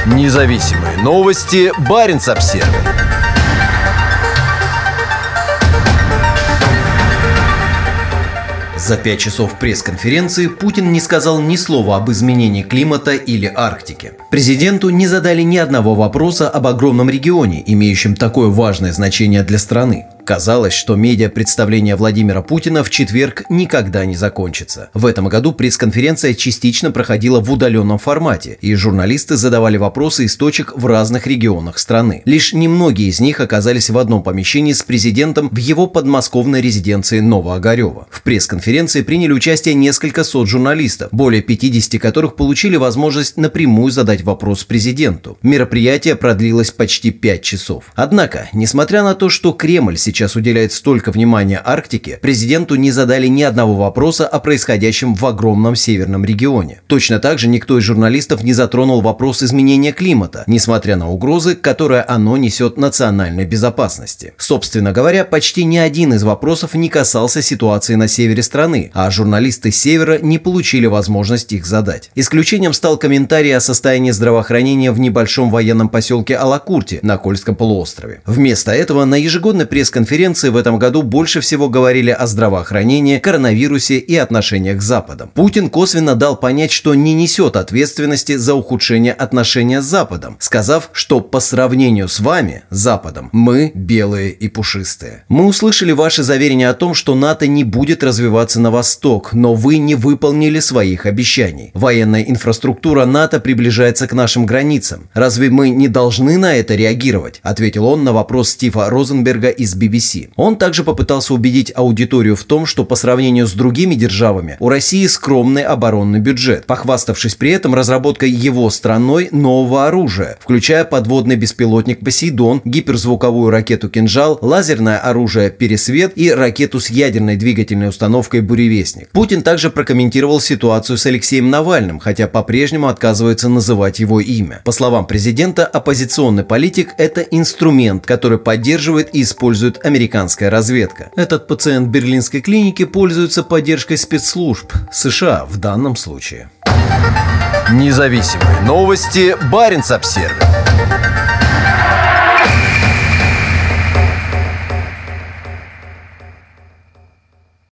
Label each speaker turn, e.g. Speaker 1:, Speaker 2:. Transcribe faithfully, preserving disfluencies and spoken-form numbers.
Speaker 1: Независимые новости. Баренц-Обсервис.
Speaker 2: За пять часов пресс-конференции Путин не сказал ни слова об изменении климата или Арктике. Президенту не задали ни одного вопроса об огромном регионе, имеющем такое важное значение для страны. Казалось, что медиа-представление Владимира Путина в четверг никогда не закончится. В этом году пресс-конференция частично проходила в удаленном формате, и журналисты задавали вопросы из точек в разных регионах страны. Лишь немногие из них оказались в одном помещении с президентом в его подмосковной резиденции Новоогарево. В пресс-конференции приняли участие несколько сот журналистов, более пятидесяти которых получили возможность напрямую задать вопрос президенту. Мероприятие продлилось почти пять часов. Однако, несмотря на то, что Кремль сейчас сейчас уделяет столько внимания Арктике, президенту не задали ни одного вопроса о происходящем в огромном северном регионе. Точно так же никто из журналистов не затронул вопрос изменения климата, несмотря на угрозы, которые оно несет национальной безопасности. Собственно говоря, почти ни один из вопросов не касался ситуации на севере страны, а журналисты с севера не получили возможность их задать. Исключением стал комментарий о состоянии здравоохранения в небольшом военном поселке Алакурти на Кольском полуострове. Вместо этого на ежегодной пресс-конференции Конференции в этом году больше всего говорили о здравоохранении, коронавирусе и отношениях с Западом. Путин косвенно дал понять, что не несет ответственности за ухудшение отношения с Западом, сказав, что по сравнению с вами, Западом, мы белые и пушистые. Мы услышали ваши заверения о том, что НАТО не будет развиваться на восток, но вы не выполнили своих обещаний. Военная инфраструктура НАТО приближается к нашим границам. Разве мы не должны на это реагировать? Ответил он на вопрос Стива Розенберга из би би си. Он также попытался убедить аудиторию в том, что по сравнению с другими державами у России скромный оборонный бюджет, похваставшись при этом разработкой его страной нового оружия, включая подводный беспилотник «Посейдон», гиперзвуковую ракету «Кинжал», лазерное оружие «Пересвет» и ракету с ядерной двигательной установкой «Буревестник». Путин также прокомментировал ситуацию с Алексеем Навальным, хотя по-прежнему отказывается называть его имя. По словам президента, оппозиционный политик – это инструмент, который поддерживает и использует американская разведка. Этот пациент берлинской клиники пользуется поддержкой спецслужб США в данном случае.
Speaker 1: Независимые новости. Баренц-Обсервис.